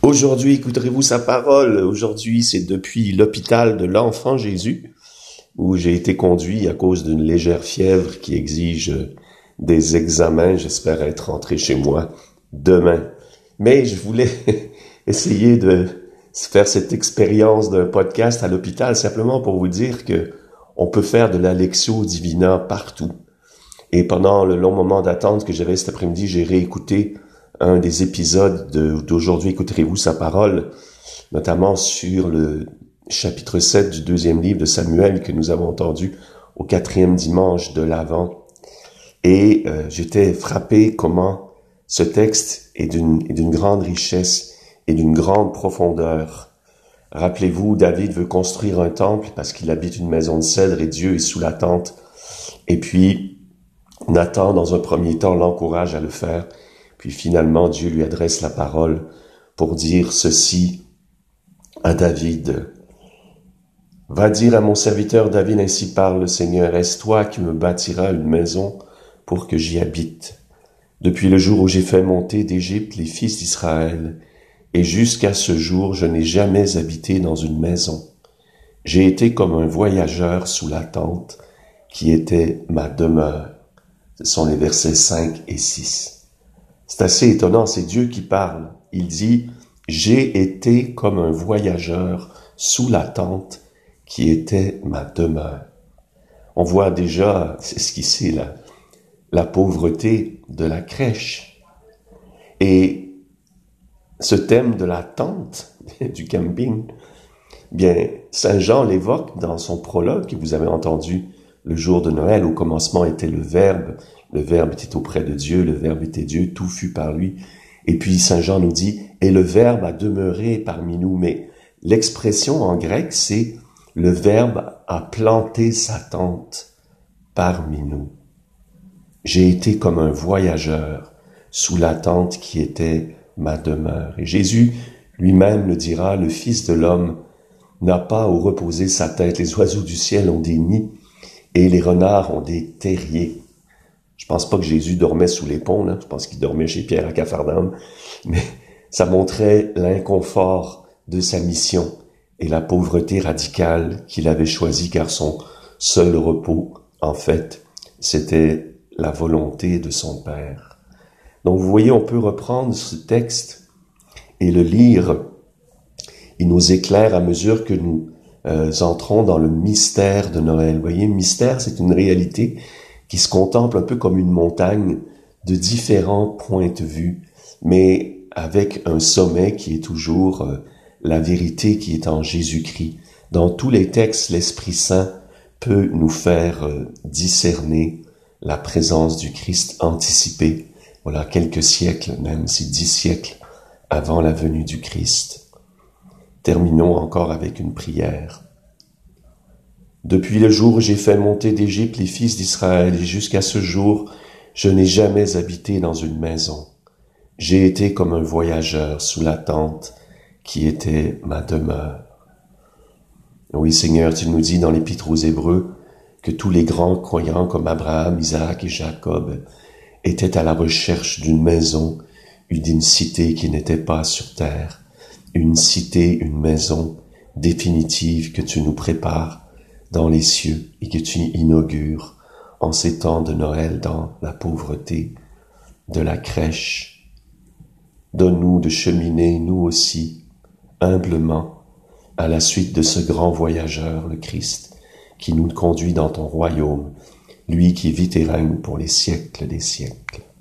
Aujourd'hui, écouterez-vous sa parole. Aujourd'hui, c'est depuis l'hôpital de l'Enfant Jésus, où j'ai été conduit à cause d'une légère fièvre qui exige des examens. J'espère être rentré chez moi demain. Mais je voulais essayer de faire cette expérience d'un podcast à l'hôpital simplement pour vous dire que on peut faire de la Lectio Divina partout. Et pendant le long moment d'attente que j'avais cet après-midi, j'ai réécouté un des épisodes d'Aujourd'hui écouterez-vous sa parole, notamment sur le chapitre 7 du deuxième livre de Samuel que nous avons entendu au 4e dimanche de l'Avent. Et j'étais frappé comment ce texte est d'une grande richesse et d'une grande profondeur. Rappelez-vous, David veut construire un temple parce qu'il habite une maison de cèdre et Dieu est sous la tente. Et puis, Nathan, dans un premier temps, l'encourage à le faire. Puis finalement, Dieu lui adresse la parole pour dire ceci à David. « Va dire à mon serviteur David, ainsi parle le Seigneur, est-ce toi qui me bâtiras une maison pour que j'y habite? Depuis le jour où j'ai fait monter d'Égypte les fils d'Israël, et jusqu'à ce jour, je n'ai jamais habité dans une maison. J'ai été comme un voyageur sous la tente qui était ma demeure. » Ce sont les versets 5 et 6. C'est assez étonnant, c'est Dieu qui parle. Il dit « J'ai été comme un voyageur sous la tente qui était ma demeure. » On voit déjà, c'est ce qui c'est la pauvreté de la crèche. Et ce thème de la tente, du camping, bien, Saint Jean l'évoque dans son prologue que vous avez entendu le jour de Noël. Au commencement était le Verbe était auprès de Dieu, le Verbe était Dieu, tout fut par lui. Et puis Saint Jean nous dit, et le Verbe a demeuré parmi nous. Mais l'expression en grec, c'est le Verbe a planté sa tente parmi nous. J'ai été comme un voyageur sous la tente qui était ma demeure. Et Jésus lui-même le dira, le Fils de l'homme n'a pas où reposer sa tête. Les oiseaux du ciel ont des nids et les renards ont des terriers. Je pense pas que Jésus dormait sous les ponts, là. Je pense qu'il dormait chez Pierre à Capharnaüm. Mais ça montrait l'inconfort de sa mission et la pauvreté radicale qu'il avait choisie, car son seul repos, en fait, c'était la volonté de son Père. Donc vous voyez, on peut reprendre ce texte et le lire. Il nous éclaire à mesure que nous entrons dans le mystère de Noël. Vous voyez, mystère, c'est une réalité qui se contemple un peu comme une montagne de différents points de vue, mais avec un sommet qui est toujours la vérité qui est en Jésus-Christ. Dans tous les textes, l'Esprit Saint peut nous faire discerner la présence du Christ anticipée. Voilà, quelques siècles, même si 10 siècles avant la venue du Christ. Terminons encore avec une prière. Depuis le jour où j'ai fait monter d'Égypte les fils d'Israël, et jusqu'à ce jour, je n'ai jamais habité dans une maison. J'ai été comme un voyageur sous la tente qui était ma demeure. Oui, Seigneur, tu nous dis dans l'Épître aux Hébreux que tous les grands croyants comme Abraham, Isaac et Jacob étaient à la recherche d'une maison, d'une cité qui n'était pas sur terre, une cité, une maison définitive que tu nous prépares dans les cieux et que tu inaugures en ces temps de Noël dans la pauvreté de la crèche. Donne-nous de cheminer, nous aussi, humblement, à la suite de ce grand voyageur, le Christ, qui nous conduit dans ton royaume, lui qui vit et règne pour les siècles des siècles.